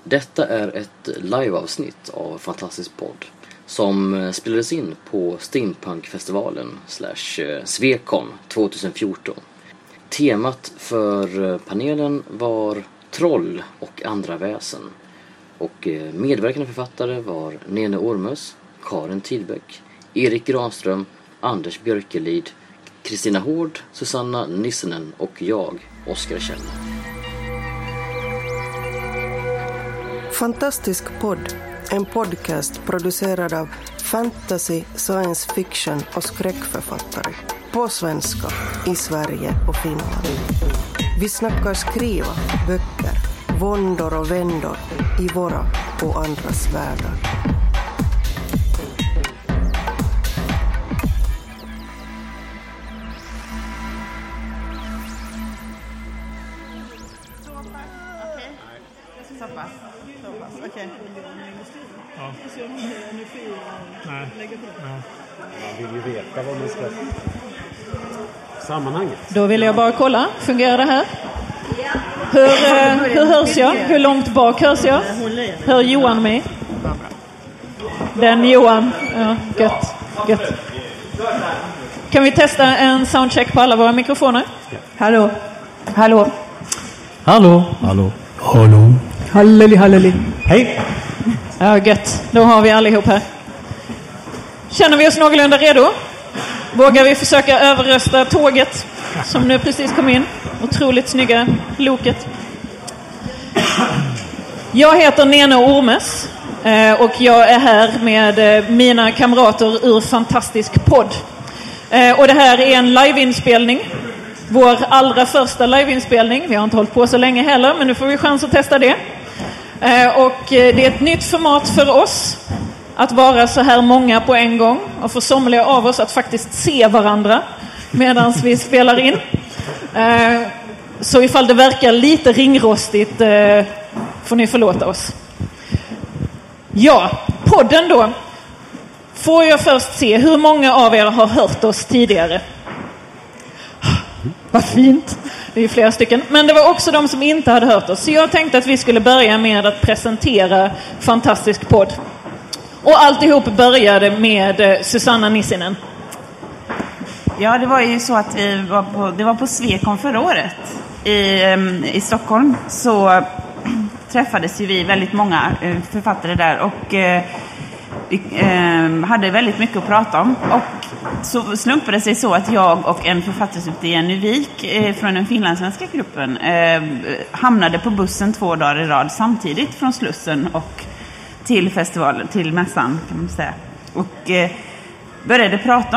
Detta är ett liveavsnitt av Fantastisk podd som spelades in på Steampunkfestivalen /Svekon 2014. Temat för panelen var troll och andra väsen. Och medverkande författare var Nene Ormus, Karin Tidbeck, Erik Granström, Anders Björkelid, Kristina Hård, Susanna Nissinen och jag, Oskar Kjell. Fantastisk podd, en podcast producerad av fantasy, science fiction och skräckförfattare. På svenska, i Sverige och Finland. Vi snackar skriva, böcker, våndor och vändor i våra och andras världar. Okej. Ja. Nej. Man vill ju veta vad man ska... Sammanhanget. Då vill jag bara kolla. Fungerar det här? Hur hörs jag? Hur långt bak hörs jag? Hör Johan mig? Den Johan. Ja, gött. Kan vi testa en soundcheck på alla våra mikrofoner? Hallå. Halleli. Hej. Ja, gött. Då har vi allihop här. Känner vi oss någorlunda redo? Vågar vi försöka överrösta tåget som nu precis kom in? Otroligt snygga loket. Jag heter Nene Ormes och jag är här med mina kamrater ur Fantastisk podd. Och det här är en liveinspelning. Vår allra första liveinspelning. Vi har inte hållit på så länge heller, men nu får vi chans att testa det. Och det är ett nytt format för oss att vara så här många på en gång och för somliga av oss att faktiskt se varandra medan vi spelar in. Så ifall det verkar lite ringrostigt får ni förlåta oss. Ja, podden då. Får jag först se hur många av er har hört oss tidigare? Vad fint. Det är ju flera stycken. Men det var också de som inte hade hört oss. Så jag tänkte att vi skulle börja med att presentera Fantastisk podd. Och alltihop började med Susanna Nissinen. Ja, det var ju så att det var på Svekon förra året i Stockholm. Så träffades ju vi väldigt många författare där och vi hade väldigt mycket att prata om. Och så slumpade det sig så att jag och en författare som heter Jenny Wik från den finlandssvenska gruppen hamnade på bussen 2 dagar i rad samtidigt från Slussen och till festivalen, till mässan kan man säga. Och började prata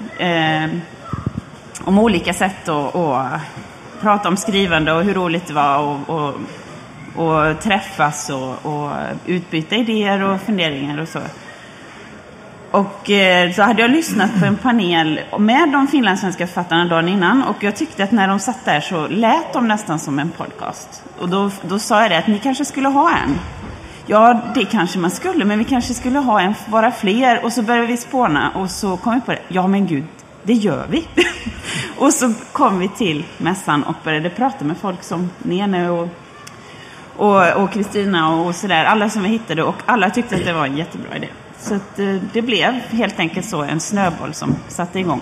om olika sätt och prata om skrivande och hur roligt det var och träffas och utbyta idéer och funderingar och så. Och så hade jag lyssnat på en panel med de finlandssvenska författarna dagen innan. Och jag tyckte att när de satt där så lät de nästan som en podcast. Och då sa jag det att ni kanske skulle ha en. Ja, det kanske man skulle, men vi kanske skulle ha en, vara fler. Och så började vi spåna och så kom vi på det. Ja, men gud, det gör vi. Och så kom vi till mässan och började prata med folk som Nene och Kristina och sådär. Alla som vi hittade och alla tyckte att det var en jättebra idé. Så att det blev helt enkelt så en snöboll som satte igång.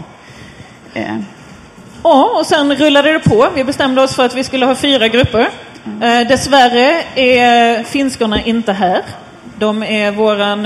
Ja, och sen rullade det på. Vi bestämde oss för att vi skulle ha 4 grupper. Dessvärre är finskorna inte här. De är våran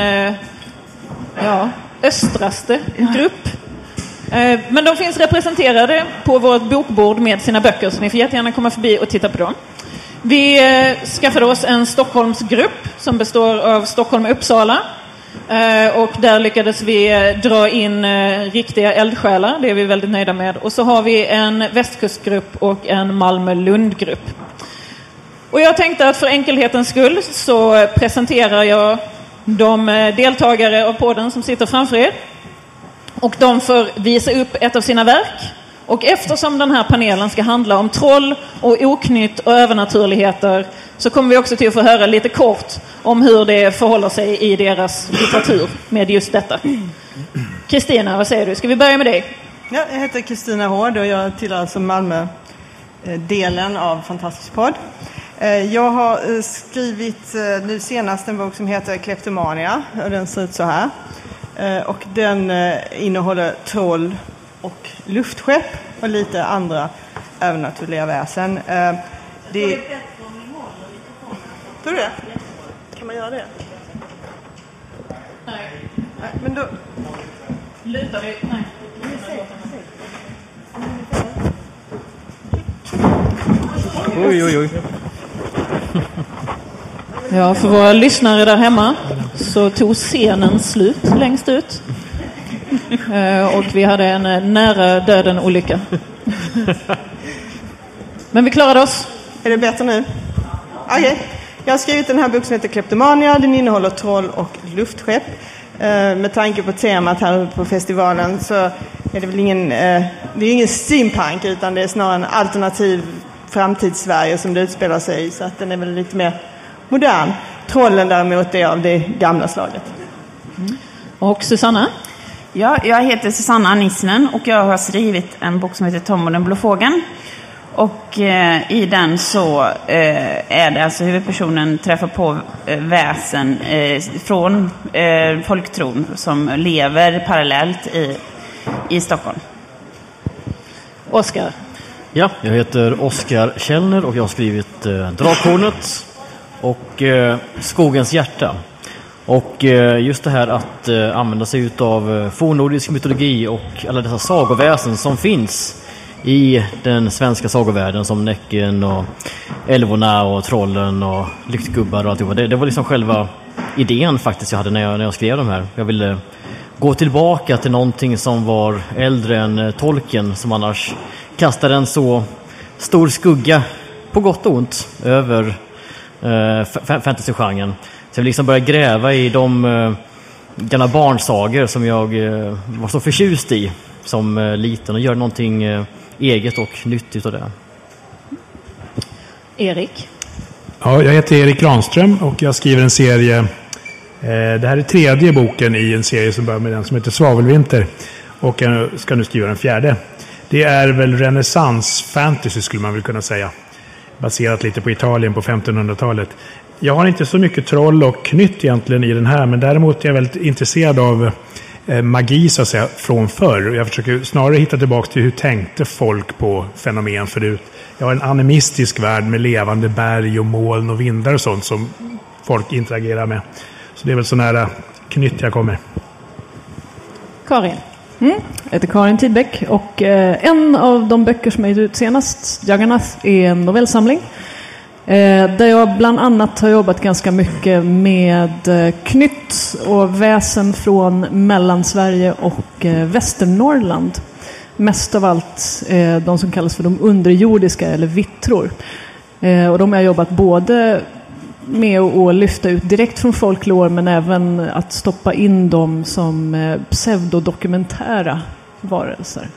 östraste grupp. Men de finns representerade på vårt bokbord med sina böcker, så ni får jättegärna komma förbi och titta på dem. Vi skaffade oss en Stockholmsgrupp som består av Stockholm och Uppsala. Och där lyckades vi dra in riktiga eldsjälar. Det är vi väldigt nöjda med. Och så har vi en västkustgrupp och en Malmö-Lundgrupp. Och jag tänkte att för enkelhetens skull så presenterar jag de deltagare av podden som sitter framför er. Och de får visa upp ett av sina verk. Och eftersom den här panelen ska handla om troll och oknytt och övernaturligheter så kommer vi också till att få höra lite kort om hur det förhåller sig i deras litteratur med just detta. Kristina, vad säger du? Ska vi börja med dig? Ja, jag heter Kristina Hård och jag tillhör alltså Malmö-delen av Fantastisk podd. Jag har skrivit nu senast en bok som heter Kleptomania, och den ser ut så här. Och den innehåller troll och luftskepp och lite andra övernaturliga väsen. Det... Tror du det? Kan man göra det? Nej. Nej, men då... Lutar vi? Nej. Oj. Ja, för våra lyssnare där hemma så tog scenen slut längst ut. Och vi hade en nära döden olycka. Men vi klarade oss. Är det bättre nu? Okej. Jag har skrivit den här boken som heter Kleptomania. Den innehåller troll och luftskepp. Med tanke på temat här på festivalen så är det väl ingen steampunk, utan det är snarare en alternativ framtidssverige som det utspelar sig i, så att den är väl lite mer modern. Trollen däremot är av det gamla slaget. Och Susanna? Ja, jag heter Susanna Nissinen och jag har skrivit en bok som heter Tom och den blå fågeln. Och i den så är det alltså huvudpersonen träffar på väsen från folktron som lever parallellt i Stockholm. Oskar? Ja, jag heter Oskar Källner och jag har skrivit Drakhornet och Skogens hjärta. Och just det här att använda sig av fornnordisk mytologi och alla dessa sagoväsen som finns i den svenska sagovärlden, som Näcken och älvorna och trollen och lyktgubbar och alltihopa. Det var liksom själva idén faktiskt jag hade när jag skrev de här. Jag ville gå tillbaka till någonting som var äldre än Tolkien, som annars kastade en så stor skugga, på gott och ont, över fantasy-genren. Så jag liksom började gräva i de gamla barnsagor som jag var så förtjust i som liten och göra någonting eget och nyttigt av det. Erik? Ja, jag heter Erik Granström och jag skriver en serie. Det här är 3:e boken i en serie som börjar med den som heter Svavelvinter. Och jag ska nu skriva den 4:e. Det är väl renässans fantasy skulle man väl kunna säga. Baserat lite på Italien på 1500-talet. Jag har inte så mycket troll och knytt egentligen i den här, men däremot är jag väldigt intresserad av magi så att säga från förr. Jag försöker snarare hitta tillbaka till hur tänkte folk på fenomen förut. Jag har en animistisk värld med levande berg och moln och vindar och sånt som folk interagerar med. Så det är väl så nära knytt jag kommer. Karin? Jag heter Karin Tidbeck och en av de böcker som jag gett ut senast, Jaggarnath, är en novellsamling. Där jag bland annat har jobbat ganska mycket med knytt och väsen från Mellansverige och Västernorrland. Mest av allt de som kallas för de underjordiska eller vittror. Och de har jag jobbat både med att lyfta ut direkt från folklore, men även att stoppa in dem som pseudodokumentära varelser.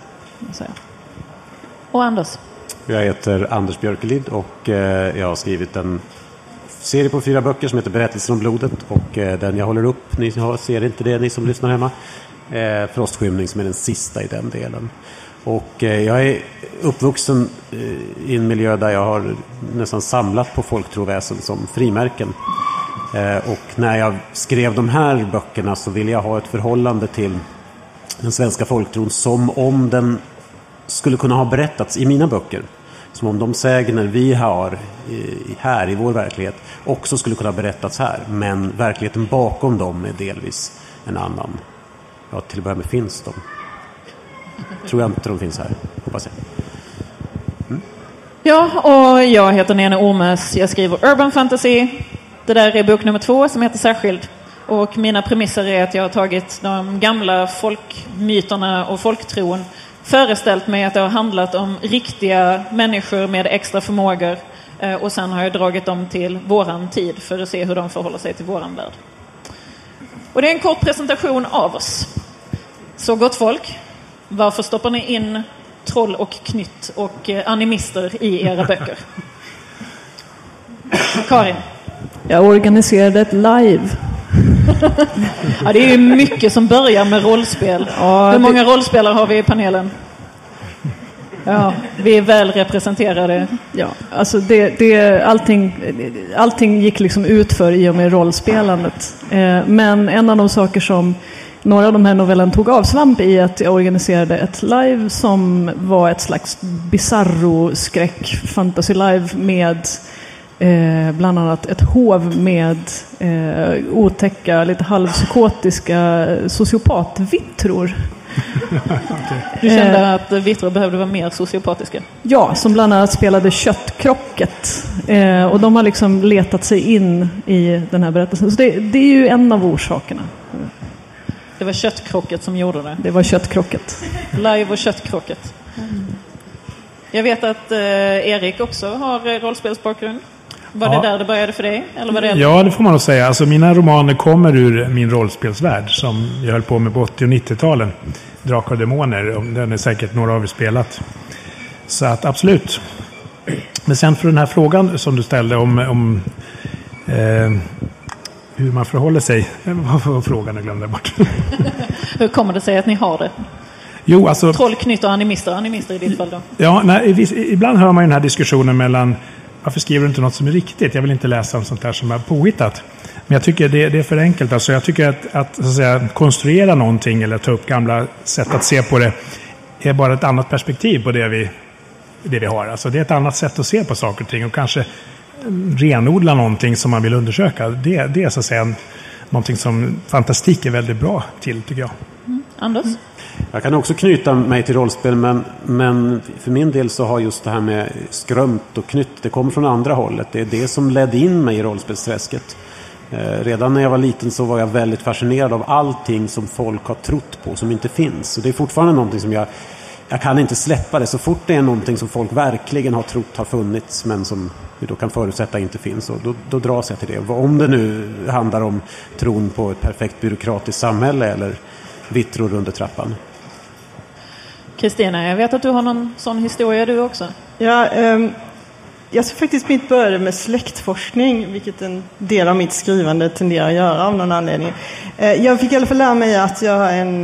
Och Anders? Jag heter Anders Björkelid och jag har skrivit en serie på 4 böcker som heter Berättelsen om blodet, och den jag håller upp, ni ser inte det, ni som lyssnar hemma, Frostskymning som är den sista i den delen. Och jag är uppvuxen i en miljö där jag har nästan samlat på folktroväsen som frimärken. Och när jag skrev de här böckerna så ville jag ha ett förhållande till den svenska folktron som om den skulle kunna ha berättats i mina böcker. Som om de sägner vi har här i vår verklighet också skulle kunna berättats här. Men verkligheten bakom dem är delvis en annan. Ja, till att börja med finns de. Tror jag inte de finns här, hoppas jag. Ja, och jag heter Nene Ormes. Jag skriver Urban Fantasy. Det där är bok nummer 2 som heter Särskild. Och mina premisser är att jag har tagit de gamla folkmyterna och folktron, föreställt mig att det har handlat om riktiga människor med extra förmågor, och sen har jag dragit dem till våran tid för att se hur de förhåller sig till våran värld. Och det är en kort presentation av oss. Så gott folk, varför stoppar ni in troll och knytt och animister i era böcker? Karin? Jag organiserade ett live. Ja, det är ju mycket som börjar med rollspel. Ja, hur många rollspelare har vi i panelen? Ja, vi är väl representerade. Ja, alltså allting gick liksom utför i och med rollspelandet. Men en av de saker som några av de här novellerna tog avsvamp i att jag organiserade ett live som var ett slags bizarro-skräck fantasy live med bland annat ett hov med otäcka, lite halvpsykotiska sociopatvittror. Du kände att vittror behövde vara mer sociopatiska? Ja, som bland annat spelade köttkrocket. Och de har liksom letat sig in i den här berättelsen. Så det är ju en av orsakerna. Det var köttkrocket som gjorde det? Det var köttkrocket. Live och köttkrocket. Jag vet att Erik också har rollspelsbakgrund. Var det där det började för dig? Eller var det Ja, det får man nog säga. Alltså, mina romaner kommer ur min rollspelsvärld som jag höll på med på 80- och 90-talen. Drakar och demoner, den är säkert några av er spelat. Så att absolut. Men sen för den här frågan som du ställde om hur man förhåller sig. Vad var frågan? Jag glömde bort. Hur kommer det sig att ni har det? Jo, alltså... Trollknytt och animister i ditt fall då? Ja, ibland hör man ju den här diskussionen mellan varför skriver du inte något som är riktigt? Jag vill inte läsa om sånt här som är påhittat. Men jag tycker det är för enkelt. Alltså jag tycker att så att säga, konstruera någonting eller ta upp gamla sätt att se på det är bara ett annat perspektiv på det vi har. Alltså det är ett annat sätt att se på saker och ting och kanske renodla någonting som man vill undersöka. Det är så att säga någonting som fantastik är väldigt bra till, tycker jag. Anders? Jag kan också knyta mig till rollspel, men för min del så har just det här med skrömt och knytt, det kommer från andra hållet. Det är det som ledde in mig i rollspelsträsket. Redan när jag var liten så var jag väldigt fascinerad av allting som folk har trott på som inte finns. Och det är fortfarande någonting som jag kan inte släppa det. Så fort det är någonting som folk verkligen har trott har funnits men som vi då kan förutsätta inte finns, och då dras jag till det. Om det nu handlar om tron på ett perfekt byråkratiskt samhälle eller vittror under trappan. Kristina, jag vet att du har någon sån historia du också. Ja, jag ska faktiskt mitt börja med släktforskning, vilket en del av mitt skrivande tenderar att göra av någon anledning. Jag fick i alla fall lära mig att jag har en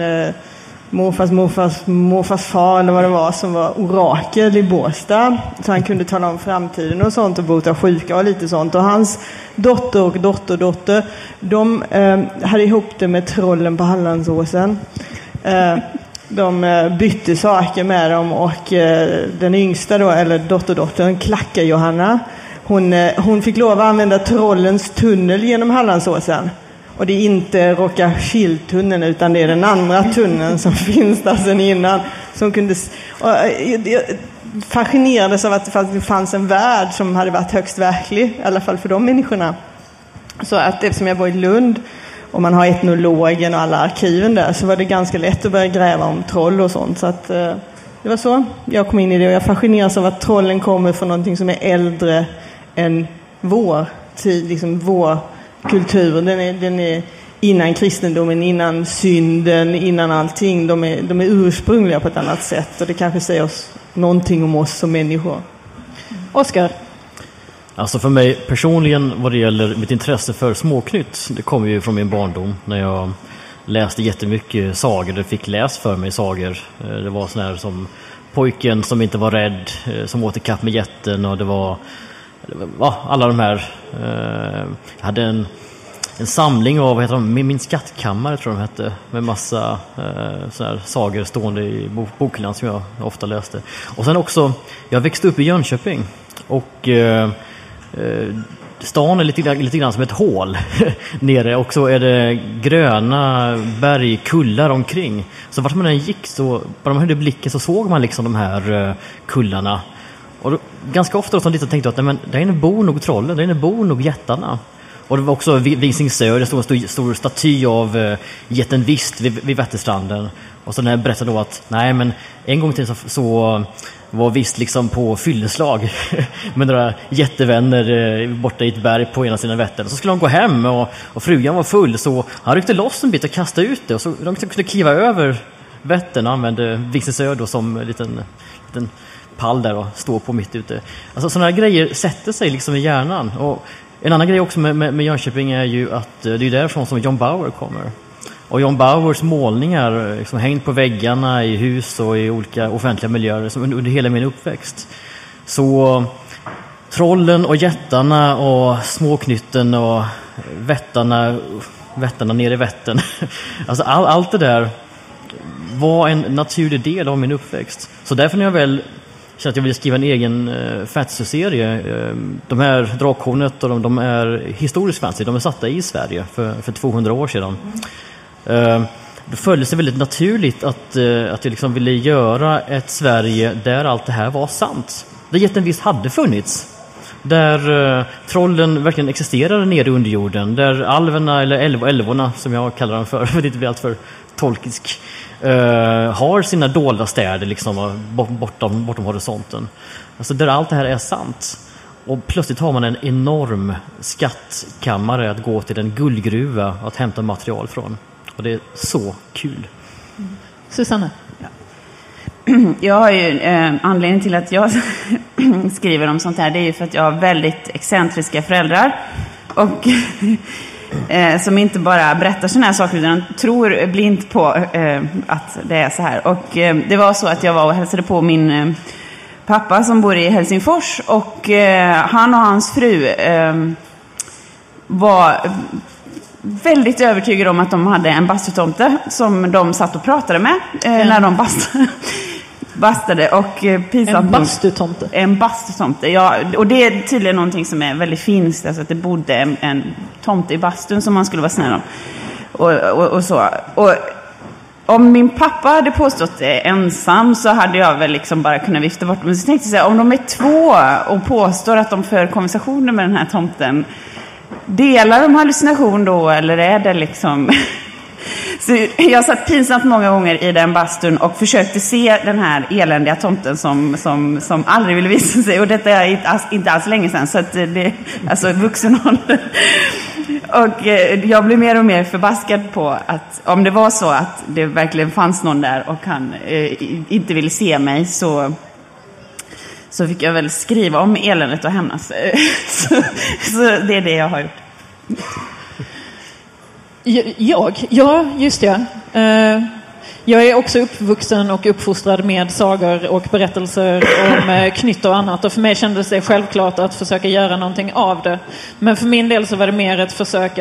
morfars far eller vad det var som var orakel i Båstad. Så han kunde tala om framtiden och sånt och bota sjuka och lite sånt. Och hans dotter och dotterdotter, de hade ihop det med trollen på Hallandsåsen. De bytte saker med dem och den yngsta då, eller dotterdottern, Klacka Johanna, hon fick lov att använda trollens tunnel genom Hallandsåsen. Och det är inte Rocka-Kill-tunneln utan det är den andra tunneln som finns där sedan innan. Som kunde, jag fascinerades av att det fanns en värld som hade varit högst verklig, i alla fall för de människorna. Så att eftersom jag var i Lund och man har etnologen och alla arkiven där, så var det ganska lätt att börja gräva om troll och sånt. Så att det var så jag kom in i det, och jag fascineras av att trollen kommer från någonting som är äldre än vår tid, liksom vår kultur. Den är innan kristendomen, innan synden, innan allting. De är ursprungliga på ett annat sätt, och det kanske säger oss någonting om oss som människor. Oskar? Alltså för mig personligen, vad det gäller mitt intresse för småknytt, det kommer ju från min barndom när jag läste jättemycket sagor. Det fick läst för mig sagor. Det var sån här som Pojken som inte var rädd, som åt ikapp med jätten, och det var alla de här. Jag hade en samling av, vad heter de, min skattkammare tror jag de hette, med massa så här sagor stående i bokhyllan som jag ofta läste. Och sen också, jag växte upp i Jönköping, och stan är lite grann som ett hål nere, och så är det gröna bergkullar omkring. Så vart man än gick, så bara man höjde blicken så såg man liksom de här kullarna. Och då, ganska ofta som lite tänkte jag att nej, men där inne bor nog trollen, där inne bor nog jättarna. Och det var också Visingsö, det stod en stor staty av jätten Vist vid Vätterstranden. Och så när jag berättade då att nej, men en gång till så var Vist liksom på fylleslag med några jättevänner borta i ett berg på ena sidan Vättern. Så skulle de gå hem, och frugan var full, så han ryckte loss en bit och kastade ut det, och så de kunde kliva över Vättern och använde Visingsö då som en liten pall där och stå på mitt ute. Alltså sådana här grejer sätter sig liksom i hjärnan. Och en annan grej också med Jönköping är ju att det är därifrån som John Bauer kommer. Och John Bauers målningar liksom hängt på väggarna i hus och i olika offentliga miljöer som under hela min uppväxt. Så trollen och jättarna och småknytten och vättarna ner i Vättern. Alltså allt det där var en naturlig del av min uppväxt. Så därför när jag väl kände att jag ville skriva en egen fantasy-serie, de här Drakhornet och de är historisk fantasy, de är satta i Sverige för 200 år sedan. Det följde sig väldigt naturligt att jag liksom ville göra ett Sverige där allt det här var sant. Där jätten visst hade funnits. Där trollen verkligen existerade nere under jorden. Där alverna, eller älvorna som jag kallar dem för det blir allt för tolkisk, har sina dolda städer liksom, bortom horisonten. Alltså där allt det här är sant. Och plötsligt har man en enorm skattkammare att gå till, en guldgruva att hämta material från. Och det är så kul. Susanne? Jag har ju anledningen till att jag skriver om sånt här, det är ju för att jag har väldigt excentriska föräldrar och som inte bara berättar såna här saker utan tror blint på att det är så här. Och det var så att jag var och hälsade på min pappa som bor i Helsingfors, och han och hans fru var väldigt övertygade om att de hade en bastutomte som de satt och pratade med när de bastade. Och en bastutomte? En bastutomte, ja. Och det är tydligen någonting som är väldigt finskt, alltså att det bodde en tomte i bastun som man skulle vara snäll om. Och så. Och om min pappa hade påstått det ensam så hade jag väl liksom bara kunnat vifta bort. Men så tänkte jag så här, om de är två och påstår att de för konversationer med den här tomten, delar de hallucination då, eller är det liksom... Så jag satt pinsamt många gånger i den bastun och försökte se den här eländiga tomten som aldrig ville visa sig. Och detta är inte alls länge sedan, så att det alltså vuxen ålder. Och jag blev mer och mer förbaskad på att om det var så att det verkligen fanns någon där och han inte ville se mig, så fick jag väl skriva om eländet och hämnas. Så det är det jag har gjort. Ja, just det. Jag är också uppvuxen och uppfostrad med sagor och berättelser om knytt och annat. Och för mig kändes det självklart att försöka göra någonting av det. Men för min del så var det mer ett försök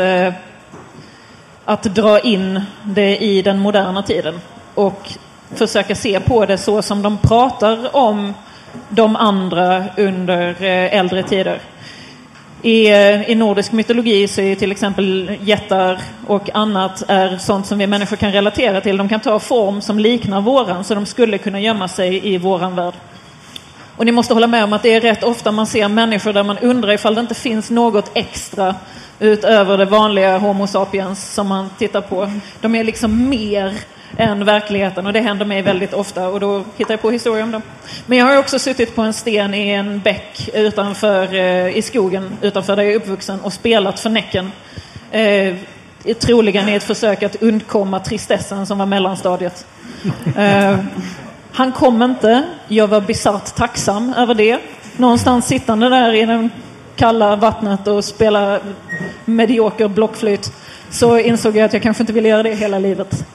att dra in det i den moderna tiden. Och försöka se på det så som de pratar om de andra under äldre tider. I nordisk mytologi så är till exempel jättar och annat är sånt som vi människor kan relatera till. De kan ta form som liknar våran, så de skulle kunna gömma sig i våran värld. Och ni måste hålla med om att det är rätt ofta man ser människor där man undrar ifall det inte finns något extra utöver det vanliga Homo sapiens som man tittar på. De är liksom mer än verkligheten, och det händer mig väldigt ofta, och då hittar jag på historier om dem. Men jag har också suttit på en sten i en bäck i skogen utanför där jag är uppvuxen och spelat för Näcken. Troligen i ett försök att undkomma tristessen som var mellanstadiet. Han kom inte. Jag var bisarrt tacksam över det. Någonstans sittande där i den kalla vattnet och spela medioker blockflyt, så insåg jag att jag kanske inte ville göra det hela livet.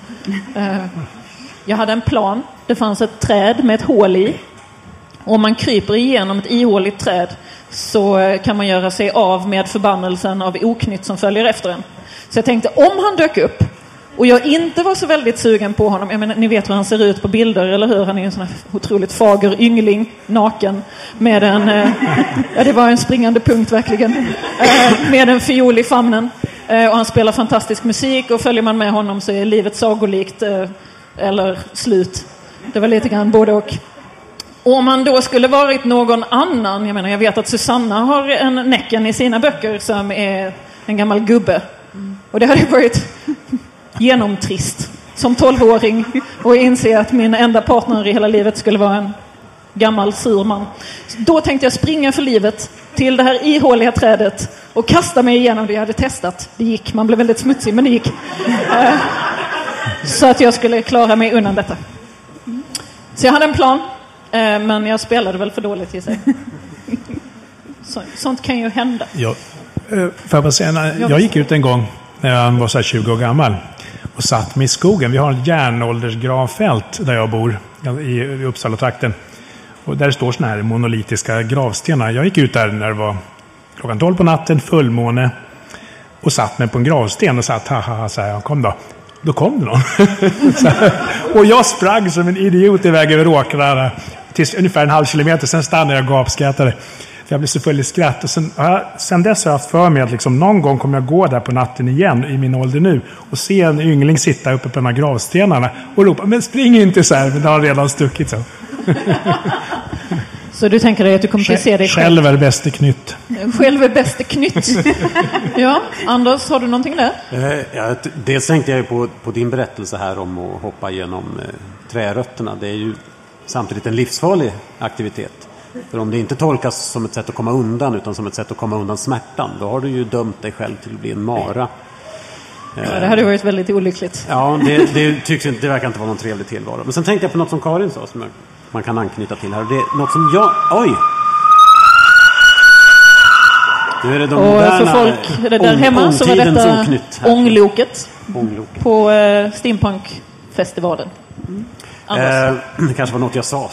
Jag hade en plan. Det fanns ett träd med ett hål i. Om man kryper igenom ett ihåligt träd så kan man göra sig av med förbannelsen av oknytt som följer efter en. Så jag tänkte, om han dök upp och jag inte var så väldigt sugen på honom, jag menar, ni vet hur han ser ut på bilder, eller hur? Han är en sån här otroligt fager yngling, naken, med det var en springande punkt verkligen, med en fiol i famnen. Och han spelar fantastisk musik, och följer man med honom så är livet sagolikt eller slut. Det var lite grann både och. Och om han då skulle varit någon annan, jag vet att Susanna har en Näcken i sina böcker som är en gammal gubbe. Och det hade varit genomtrist som 12-åring och inse att min enda partner i hela livet skulle vara en gammal sur man. Då tänkte jag springa för livet till det här ihåliga trädet och kasta mig igenom det jag hade testat. Det gick, man blev väldigt smutsig, men det gick. Så att jag skulle klara mig undan detta. Så jag hade en plan, men jag spelade väl för dåligt i sig. Sånt kan ju hända. Jag gick ut en gång när jag var så här 20 år gammal. och satt mig i skogen. Vi har ett järnåldersgravfält där jag bor i Uppsala-trakten. Och där står såna här monolitiska gravstenar. Jag gick ut där när det var klockan 12 på natten, fullmåne, och satt mig på en gravsten och satt, haha, så här, kom då. Då kom det någon. Och jag sprang som en idiot iväg över åkrarna tills ungefär 1/2 kilometer. Sen stannade jag och gapskrattade. För jag blev så full i skratt. Och sen dess har jag haft för mig att liksom, någon gång kommer jag gå där på natten igen i min ålder nu och se en yngling sitta uppe på de här gravstenarna och ropa, men spring inte så här, men det har redan stuckit så. Så du tänker dig att du kommer att se dig själv är bäste knytt. Själv är bäste knytt. Ja, Anders, har du någonting där? Dels tänkte jag ju på din berättelse här om att hoppa genom trärötterna. Det är ju samtidigt en livsfarlig aktivitet. För om det inte tolkas som ett sätt att komma undan utan som ett sätt att komma undan smärtan, då har du ju dömt dig själv till att bli en mara. Ja, det hade varit väldigt olyckligt. Ja, det verkar inte vara någon trevlig tillvaro. Men sen tänkte jag på något som Karin sa som man kan anknyta till här. Det är något som jag... Oj! Nu är det de moderna... Och för folk där hemma så var detta ångloket på Steampunk-festivalen. Det kanske var något jag sa.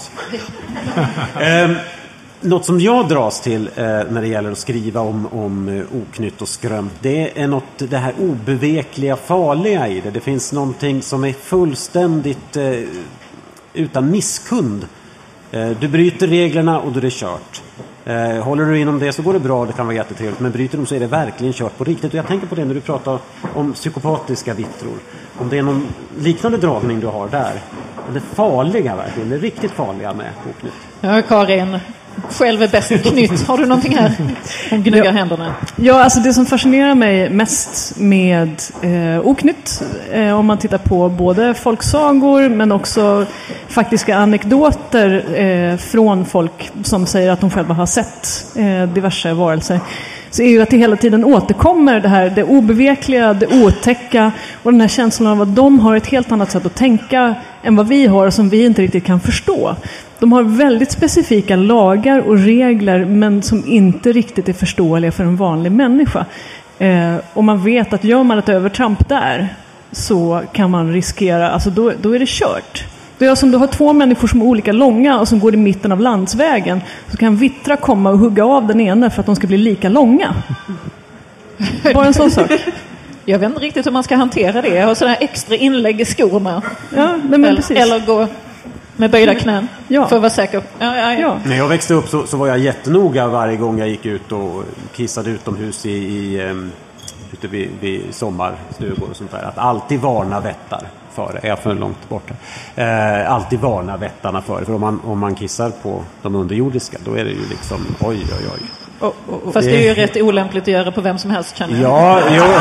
Något som jag dras till när det gäller att skriva om oknytt och skrömt, det är det här obevekliga, farliga i det. Det finns någonting som är fullständigt utan misskund. Du bryter reglerna och då är det kört. Håller du inom det så går det bra, det kan vara jättetrevligt, men bryter de så är det verkligen kört på riktigt. Och jag tänker på det när du pratar om psykopatiska vittror. Om det är någon liknande dragning du har där. Det farliga verkligen, det riktigt farliga med oknytt. Ja, Karin, själv är bäst knytt. Har du någonting här? Hon gnuggar händerna. Ja, alltså det som fascinerar mig mest med oknytt, om man tittar på både folksagor men också faktiska anekdoter från folk som säger att de själva har sett diverse varelser, så är ju att det hela tiden återkommer det obevekliga, det otäcka och den här känslan av att de har ett helt annat sätt att tänka än vad vi har och som vi inte riktigt kan förstå. De har väldigt specifika lagar och regler men som inte riktigt är förståeliga för en vanlig människa. Och man vet att gör man ett övertramp där så kan man riskera, alltså då är det kört. Det är som du har 2 människor som är olika långa och som går i mitten av landsvägen, så kan vittra komma och hugga av den ena för att de ska bli lika långa. Bara en sån sak. Jag vet inte riktigt hur man ska hantera det. Jag har sådana här extra inlägg i skorna. Ja, men precis. Eller gå med böjda knän för att vara säker. Ja. När jag växte upp så var jag jättenoga varje gång jag gick ut och kissade utomhus ute vid sommarstugor och sånt där. Att alltid varna vättar före. Är jag för långt borta? Alltid varna vättarna före. För om man kissar på de underjordiska, då är det ju liksom oj. Fast det är ju rätt olämpligt att göra på vem som helst, känner jag. Ja,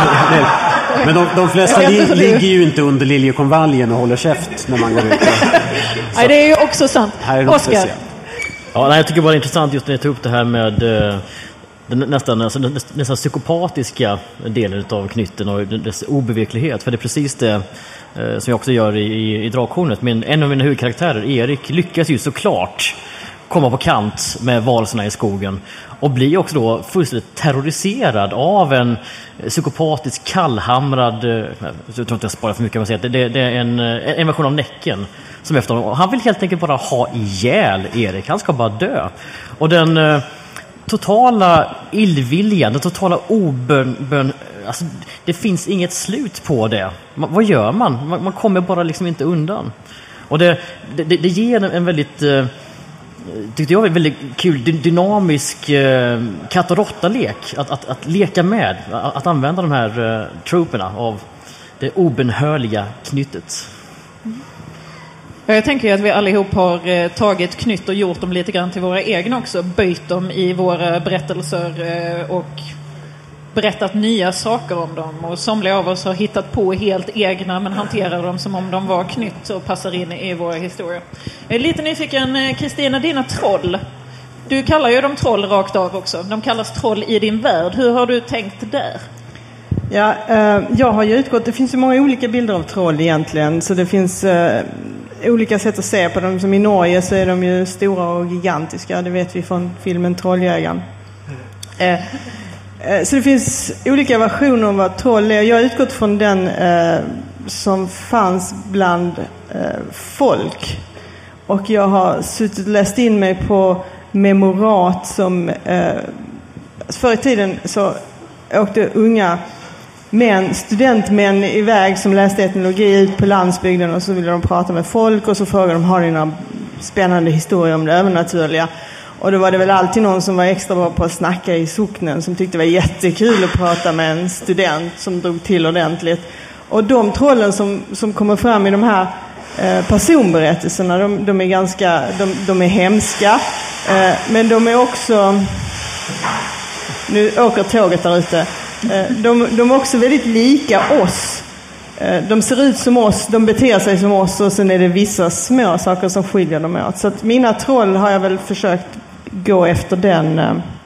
men de flesta ligger ju inte under liljekonvaljen och håller käft när man går ut. Nej, det är ju också sant. Oskar? Ja, jag tycker bara det är intressant just när jag tog upp det här med den nästan psykopatiska delen av knytten och dess obeveklighet. För det är precis det som jag också gör i Drakhornet. Men en av mina huvudkaraktärer, Erik, lyckas ju såklart komma på kant med varelserna i skogen och blir också då fullständigt terroriserad av en psykopatisk kallhamrad, jag tror inte jag sparar för mycket att säga, det är en version av Näcken som efter honom. Han vill helt enkelt bara ha ihjäl Erik, han ska bara dö. Och den totala illviljan, den totala obön, alltså det finns inget slut på det. Vad gör man? Man kommer bara liksom inte undan. Och det ger en väldigt, tyckte jag var en väldigt kul, dynamisk katt- och råtta-lek. Att leka med, att använda de här troperna av det obenhörliga knyttet. Jag tänker ju att vi allihop har tagit knytt och gjort dem lite grann till våra egna också. Böjt dem i våra berättelser och berättat nya saker om dem. Och somliga av oss har hittat på helt egna men hanterar dem som om de var knytt och passar in i våra historier. Jag är lite nyfiken, Kristina, dina troll. Du kallar ju dem troll rakt av också. De kallas troll i din värld. Hur har du tänkt där? Ja, jag har ju utgått, det finns ju många olika bilder av troll egentligen. Så det finns olika sätt att se på dem. Som i Norge så är de ju stora och gigantiska. Det vet vi från filmen Trolljägaren. Så det finns olika versioner av vad troll är. Jag har utgått från den som fanns bland folk. Och jag har suttit och läst in mig på memorat som förr i tiden så åkte unga studentmän iväg som läste etnologi ut på landsbygden, och så ville de prata med folk och så frågade de, har ni några spännande historier om det övernaturliga? Och då var det väl alltid någon som var extra bra på att snacka i socknen som tyckte det var jättekul att prata med en student som drog till ordentligt. Och de trollen som kommer fram i de här personberättelserna, de är ganska, de är hemska, men de är också, nu åker tåget där ute, de är också väldigt lika oss. De ser ut som oss, de beter sig som oss, och sen är det vissa små saker som skiljer dem åt. Så att mina troll har jag väl försökt gå efter den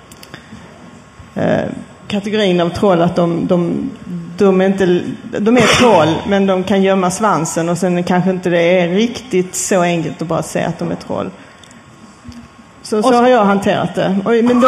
kategorin av troll, att de är troll, men de kan gömma svansen, och sen kanske inte det är riktigt så enkelt att bara säga att de är troll. Så har jag hanterat det. Men de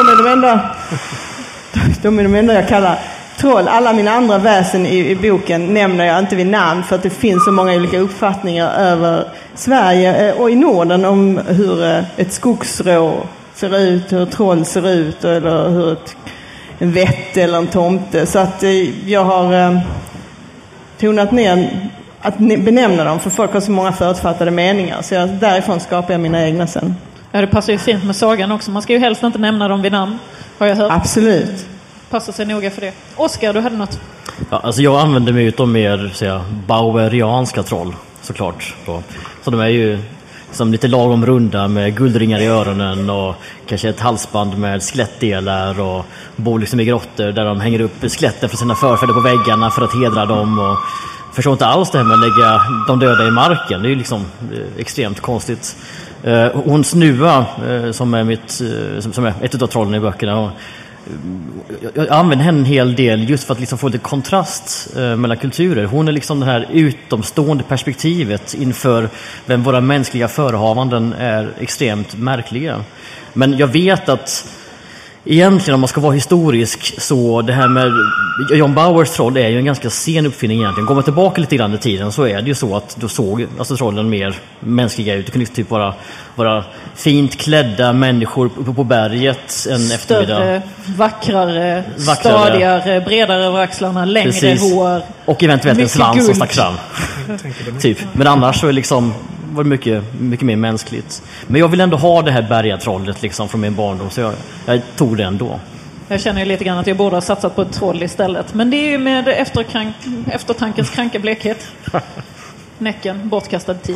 är de enda jag kallar troll. Alla mina andra väsen i boken nämner jag inte vid namn, för att det finns så många olika uppfattningar över Sverige och i Norden om hur ett skogsrå ser ut, hur troll ser ut, eller hur en vett eller en tomte. Så att jag har tonat ner att benämna dem, för folk har så många förutfattade meningar. Så därifrån skapar jag mina egna sen. Ja, det passar ju fint med sagan också. Man ska ju helst inte nämna dem vid namn, har jag hört. Absolut. Passa sig noga för det. Oskar, du hade något? Ja, alltså jag använder mig av mer bauerianska troll, såklart. Så de är ju som lite lagom runda med guldringar i öronen och kanske ett halsband med skelettdelar, och bor liksom i grottor där de hänger upp skeletten för sina förfäder på väggarna för att hedra dem, och förstår inte alls det här med att lägga de döda i marken. Det är ju liksom extremt konstigt. Hon Snua som är ett av trollen i böckerna, jag använder henne en hel del just för att liksom få lite kontrast mellan kulturer. Hon är liksom det här utomstående perspektivet inför vem våra mänskliga förehavanden är extremt märkliga. Men jag vet att egentligen, om man ska vara historisk, så det här med John Bauers troll är ju en ganska sen uppfinning egentligen. Går man tillbaka lite grann i tiden, så är det ju så att då såg alltså trollen mer mänskliga ut. Det kunde typ vara fint klädda människor på berget en eftermiddag. Större, vackrare, stadigare, bredare över axlarna, längre hår. Och eventuellt en svans som stack fram. Typ. Men annars så är liksom var det mycket mer mänskligt. Men jag vill ändå ha det här bergatrollet liksom från min barndom, så jag tog det ändå. Jag känner ju lite grann att jag borde ha satsat på ett troll istället. Men det är ju med eftertankens kranka blekhet. Näcken, bortkastad tid.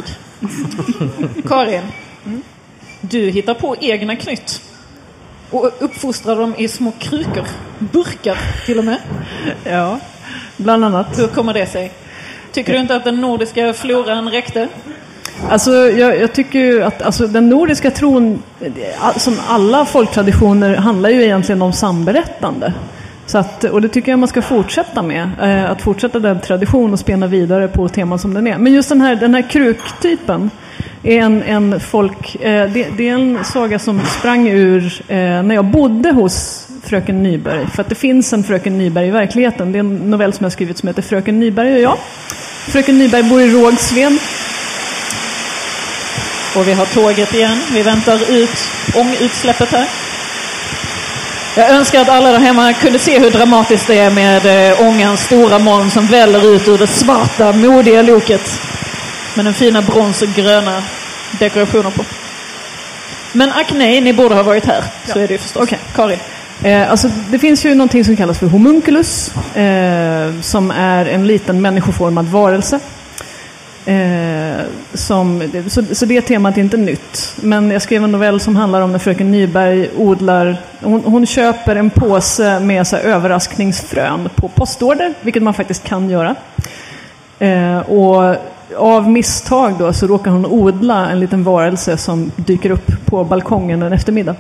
Karin, du hittar på egna knytt och uppfostrar dem i små krukor, burkar till och med. Ja, bland annat. Hur kommer det sig? Tycker du inte att den nordiska floran räckte? Alltså, jag tycker ju att alltså, den nordiska tron, som alla folktraditioner, handlar ju egentligen om samberättande. Så att, och det tycker jag man ska fortsätta med. Att fortsätta den tradition och spela vidare på teman som den är. Men just den här kruktypen är en folk... Det är en saga som sprang ur när jag bodde hos Fröken Nyberg. För att det finns en Fröken Nyberg i verkligheten. Det är en novell som jag skrivit som heter Fröken Nyberg och jag. Fröken Nyberg bor i Rågsved. Och vi har tåget igen. Vi väntar ut ångutsläppet här. Jag önskar att alla där hemma kunde se hur dramatiskt det är med ångans stora moln som väller ut ur det svarta, modiga loket. Med den fina brons och gröna dekorationer på. Men ack nej, ni borde ha varit här. Så är det ju förstås. Okay. Karin. Alltså, det finså ju någonting som kallas för homunculus. Som är en liten människoformad varelse. Så det temat är inte nytt. Men jag skrev en novell som handlar om när Fröken Nyberg odlar. Hon köper en påse med så här överraskningsfrön på postorder, vilket man faktiskt kan göra. Och av misstag då så råkar hon odla en liten varelse som dyker upp på balkongen en eftermiddag.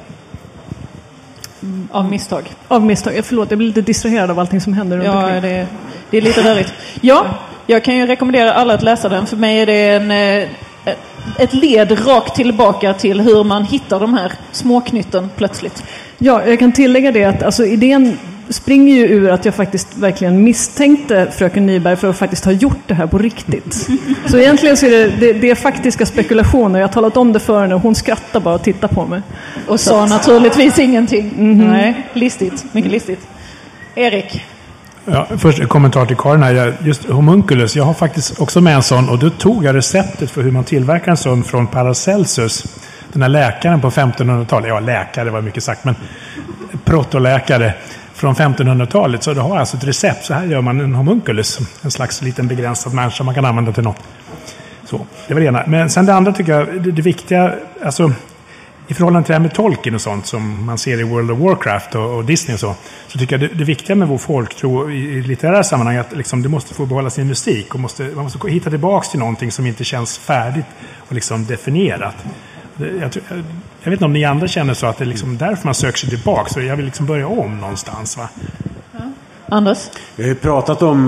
Av misstag? Av misstag. Förlåt, jag blir lite distraherad av allting som händer runt omkring. Ja, det är lite rörigt. Ja, jag kan ju rekommendera alla att läsa den. För mig är det ett led rakt tillbaka till hur man hittar de här småknytten plötsligt. Ja, jag kan tillägga det att alltså, idén springer ju ur att jag faktiskt verkligen misstänkte fröken Nyberg för att faktiskt ha gjort det här på riktigt. Så egentligen så är det är faktiska spekulationer. Jag har talat om det för henne och hon skrattar bara och tittar på mig. Och sa naturligtvis ingenting. Nej, listigt. Mycket listigt. Erik? Ja, först en kommentar till Karin här. Just homunculus, jag har faktiskt också med en sån, och då tog jag receptet för hur man tillverkar en sån från Paracelsus. Den här läkaren på 1500-talet, ja läkare var mycket sagt, men protoläkare från 1500-talet. Så det har alltså ett recept, så här gör man en homunculus. En slags liten begränsad människa man kan använda till något. Så, det var det ena. Men sen det andra tycker jag, det viktiga, alltså i förhållande till det här med Tolkien och sånt som man ser i World of Warcraft och Disney och så tycker jag det viktiga med vår folktro i litterära sammanhang är att liksom, det måste få behålla sin mystik och man måste hitta tillbaka till någonting som inte känns färdigt och liksom definierat. Jag vet inte om ni andra känner så att det är liksom därför man söker sig tillbaka, så jag vill liksom börja om någonstans, va? Ja. Anders? Vi har ju pratat om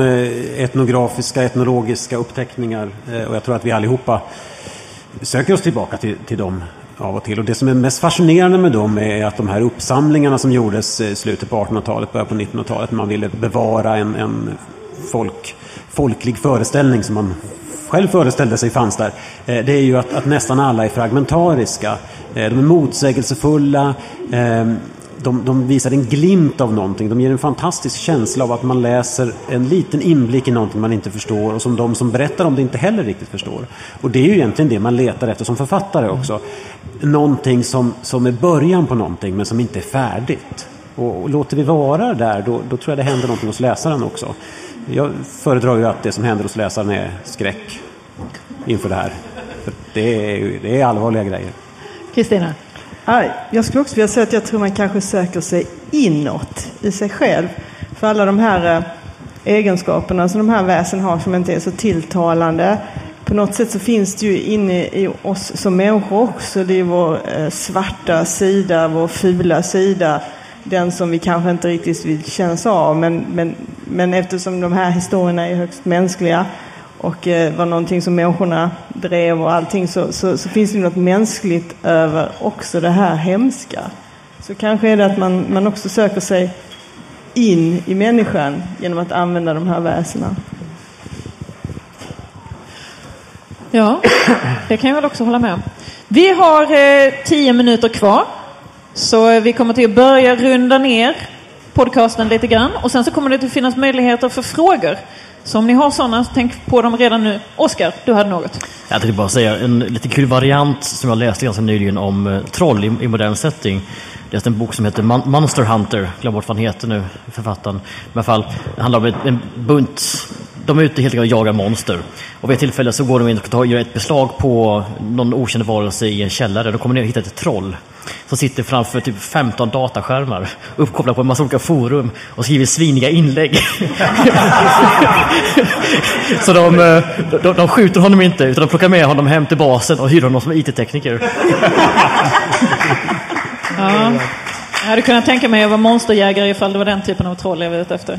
etnologiska uppteckningar och jag tror att vi allihopa söker oss tillbaka till dem av och till. Och det som är mest fascinerande med dem är att de här uppsamlingarna som gjordes i slutet på 1800-talet, början på 1900-talet, när man ville bevara en folklig föreställning som man själv föreställde sig fanns där, det är ju att nästan alla är fragmentariska. De är motsägelsefulla, de visar en glimt av någonting. De ger en fantastisk känsla av att man läser en liten inblick i någonting man inte förstår och som de som berättar om det inte heller riktigt förstår. Och det är ju egentligen det man letar efter som författare också. Någonting som är början på någonting men som inte är färdigt. Och låter vi vara där, då tror jag det händer någonting hos läsaren också. Jag föredrar ju att det som händer hos läsaren är skräck inför det här. För det är allvarliga grejer. Kristina? Jag skulle också vilja säga att jag tror man kanske söker sig inåt i sig själv. För alla de här egenskaperna som de här väsen har som inte är så tilltalande. På något sätt så finns det ju inne i oss som människor också. Det är vår svarta sida, vår fula sida. Den som vi kanske inte riktigt vill kännas av. Men eftersom de här historierna är högst mänskliga och var någonting som människorna drev och allting, så finns det något mänskligt över också det här hemska. Så kanske är det att man också söker sig in i människan genom att använda de här väsena. Ja, det kan jag väl också hålla med om. Vi har 10 minuter kvar. Så vi kommer till att börja runda ner podcasten lite grann. Och sen så kommer det att finnas möjligheter för frågor. Så om ni har sådana, tänk på dem redan nu. Oskar, du hade något. Jag tänkte bara säga en lite kul variant som jag läste ganska nyligen om troll i modern setting. Det är en bok som heter Monster Hunter. Glöm bort vad han heter nu, författaren. I alla fall, det handlar om en bunt. De är ute helt enkelt och jagar monster. Och vid ett tillfälle så går de in och gör ett beslag på någon okänd varelse i en källare. Då kommer de ner och hittar ett troll som sitter framför typ 15 dataskärmar uppkopplad på en massa olika forum och skriver sviniga inlägg. Så de skjuter honom inte, utan de plockar med honom hem till basen och hyr honom som IT-tekniker. Ja. Jag hade kunnat tänka mig att vara monsterjägare ifall det var den typen av troll jag var ute efter.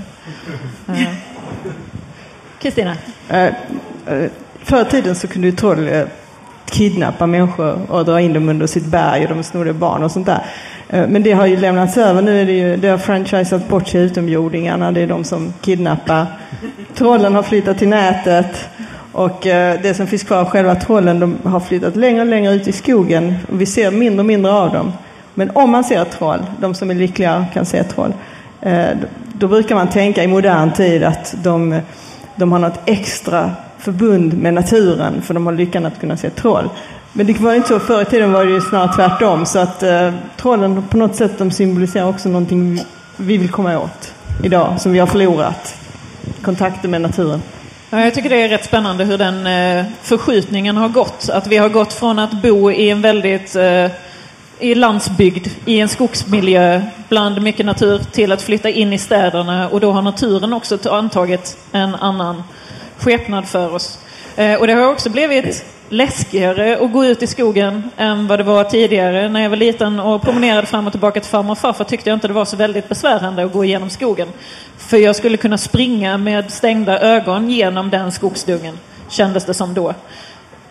Kristina? Förr i tiden så kunde ju troll kidnappa människor och dra in dem under sitt berg och de snodde barn och sånt där. Men det har ju lämnats över. Nu är det har franchisat bort sig utomjordingarna. Det är de som kidnappar. Trollen har flyttat till nätet och det som finns kvar av själva trollen, de har flyttat längre och längre ut i skogen och vi ser mindre och mindre av dem. Men om man ser ett troll, de som är lyckliga kan se ett troll, då brukar man tänka i modern tid att de har något extra förbund med naturen för de har lyckan att kunna se troll. Men det var inte så. Förr i tiden var det ju snarare tvärtom. Så att trollen på något sätt de symboliserar också någonting vi vill komma åt idag som vi har förlorat. Kontakten med naturen. Ja, jag tycker det är rätt spännande hur den förskjutningen har gått. Att vi har gått från att bo i en väldigt i landsbygd, i en skogsmiljö bland mycket natur till att flytta in i städerna, och då har naturen också antagit en annan skepnad för oss. Och det har också blivit läskigare att gå ut i skogen än vad det var tidigare. När jag var liten och promenerade fram och tillbaka till farmor och farfar tyckte jag inte det var så väldigt besvärande att gå igenom skogen. För jag skulle kunna springa med stängda ögon genom den skogsdungen, kändes det som då.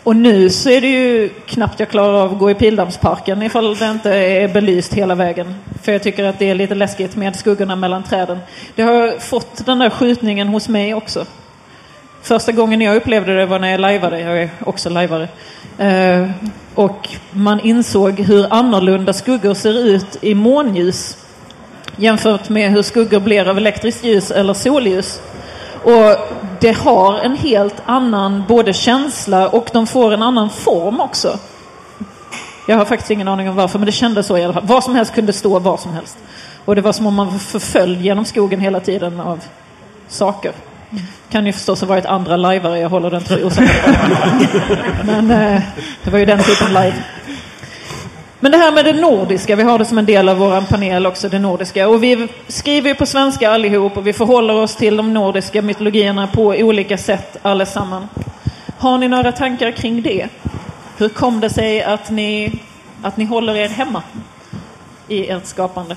Och nu så är det ju knappt jag klarar av att gå i Pildammsparken ifall det inte är belyst hela vägen. För jag tycker att det är lite läskigt med skuggorna mellan träden. Det har fått den där skjutningen hos mig också. Första gången jag upplevde det var när jag lajvade. Jag är också lajvare. Och man insåg hur annorlunda skuggor ser ut i månljus jämfört med hur skuggor blir av elektriskt ljus eller solljus. Och det har en helt annan både känsla och de får en annan form också. Jag har faktiskt ingen aning om varför, men det kändes så i alla fall. Vad som helst kunde stå vad som helst. Och det var som om man var förföljd genom skogen hela tiden av saker. Kan ju förstås ha varit andra lajvare, jag håller den för osäker. Men det var ju den typen live. Men det här med det nordiska, vi har det som en del av vår panel också, det nordiska. Och vi skriver ju på svenska allihop och vi förhåller oss till de nordiska mytologierna på olika sätt allesammans. Har ni några tankar kring det? Hur kom det sig att ni håller er hemma i ert skapande?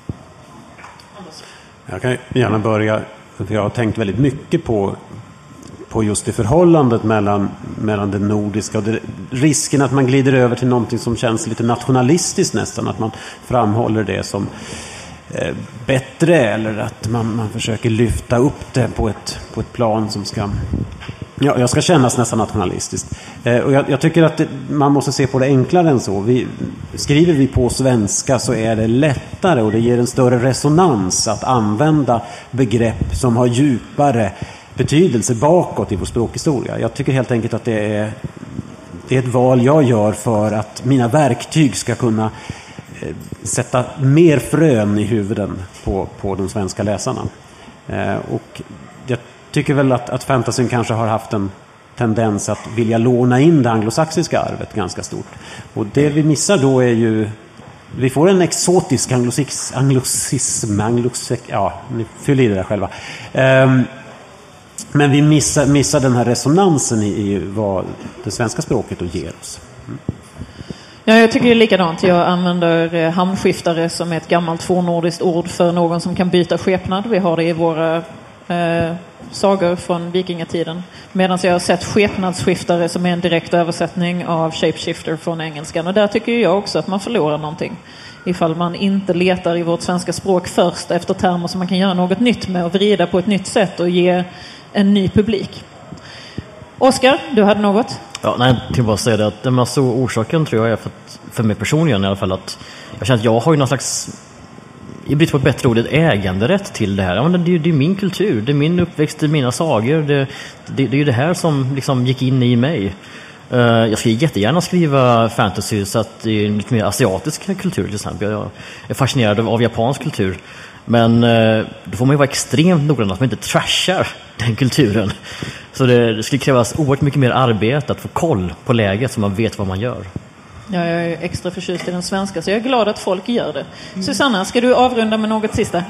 Jag kan gärna börja, för jag har tänkt väldigt mycket på just det förhållandet mellan det nordiska och risken att man glider över till någonting som känns lite nationalistiskt nästan, att man framhåller det som bättre, eller att man försöker lyfta upp det på ett plan som ska kännas nästan nationalistiskt. Och jag tycker att man måste se på det enklare än så. Skriver vi på svenska så är det lättare och det ger en större resonans att använda begrepp som har djupare betydelse bakåt i vår språkhistoria. Jag tycker helt enkelt att det är ett val jag gör för att mina verktyg ska kunna sätta mer frön i huvuden på de svenska läsarna. Och jag tycker väl att fantasyn kanske har haft en tendens att vilja låna in det anglosaxiska arvet ganska stort. Och det vi missar då är ju, vi får en exotisk anglosism, ni fyller i det där själva. Men vi missar den här resonansen i vad det svenska språket då ger oss. Ja, jag tycker det är likadant. Jag använder hamnskiftare som är ett gammalt fornnordiskt ord för någon som kan byta skepnad. Vi har det i våra sagor från vikingatiden. Medan jag har sett skepnadsskiftare som är en direkt översättning av shapeshifter från engelskan. Och där tycker jag också att man förlorar någonting. Ifall man inte letar i vårt svenska språk först efter termer som man kan göra något nytt med och vrida på ett nytt sätt och ge en ny publik. Oskar, du hade något? Ja, nej, till bara säga det att den massa orsaken tror jag är för mig personligen i alla fall, att jag känner att jag har ju någon slags, i brist på ett bättre ord, ett äganderätt till det här. Ja, men det är min kultur, det är min uppväxt, det är mina sagor, det är ju det här som liksom gick in i mig. Jag ska jättegärna skriva fantasy så att det är lite mer asiatisk kultur till exempel. Jag är fascinerad av japansk kultur. Men då får man ju vara extremt noggrann att man inte trashar den kulturen. Så det skulle krävas oerhört mycket mer arbete att få koll på läget så man vet vad man gör. Ja, jag är extra förtjust i den svenska, så jag är glad att folk gör det. Susanna, ska du avrunda med något sista?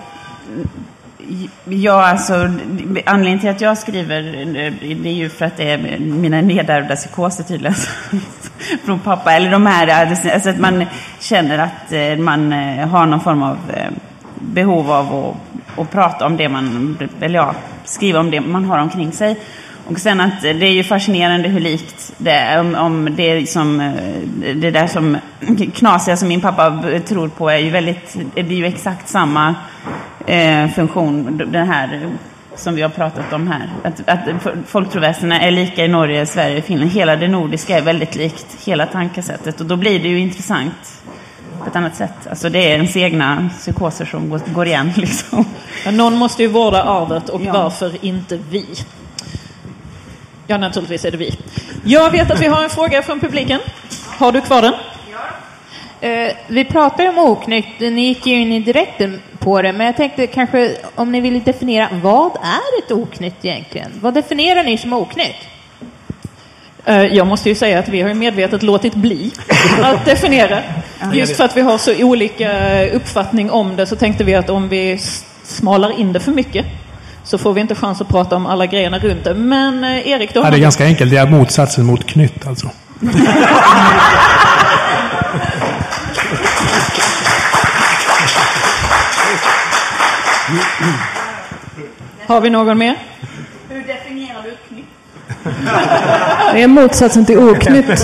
Ja, alltså anledningen till att jag skriver det är ju för att det är mina nedärvda psykoser tydligen från pappa, eller de här, alltså att man känner att man har någon form av behov av att prata om det skriva om det man har omkring sig. Och sen att det är ju fascinerande hur likt det är, om det som det där som knasiga som min pappa tror på är ju exakt samma funktion, den här som vi har pratat om här. Att folktroväsendena är lika i Norge, Sverige, Finland. Hela det nordiska är väldigt likt, hela tankesättet. Och då blir det ju intressant på ett annat sätt. Alltså det är ens egna psykoser som går igen liksom. Ja, någon måste ju vårda arvet och varför inte vi? Ja, naturligtvis är det vi. Jag vet att vi har en fråga från publiken. Har du kvar den? Ja. Vi pratar om oknytt. Ni gick ju in i direkten på det. Men jag tänkte kanske om ni vill definiera, vad är ett oknytt egentligen? Vad definierar ni som oknytt? Jag måste ju säga att vi har ju medvetet låtit bli att definiera. Just för att vi har så olika uppfattning om det, så tänkte vi att om vi smalar in det för mycket så får vi inte chans att prata om alla grejerna runt det. Men Erik, då... Ja, det är ganska enkelt. Det är motsatsen mot knytt alltså. Har vi någon mer? Hur definierar du knytt? Det är motsatsen till oknytt.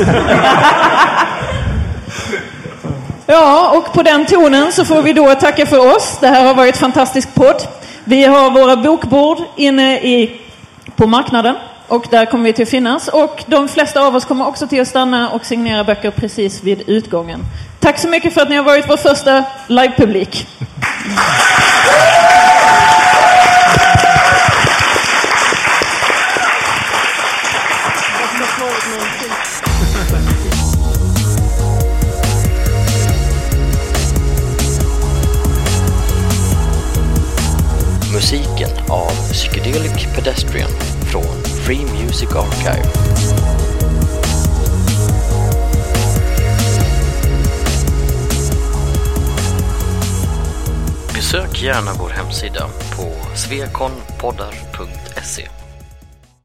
Ja, och på den tonen så får vi då tacka för oss. Det här har varit en fantastisk podd. Vi har våra bokbord inne på marknaden. Och där kommer vi till att finnas. Och de flesta av oss kommer också till att stanna och signera böcker precis vid utgången. Tack så mycket för att ni har varit vår första livepublik. Musiken av Psychedelic Pedestrian från Free Music Archive. Besök gärna vår hemsida på svekonpoddar.se.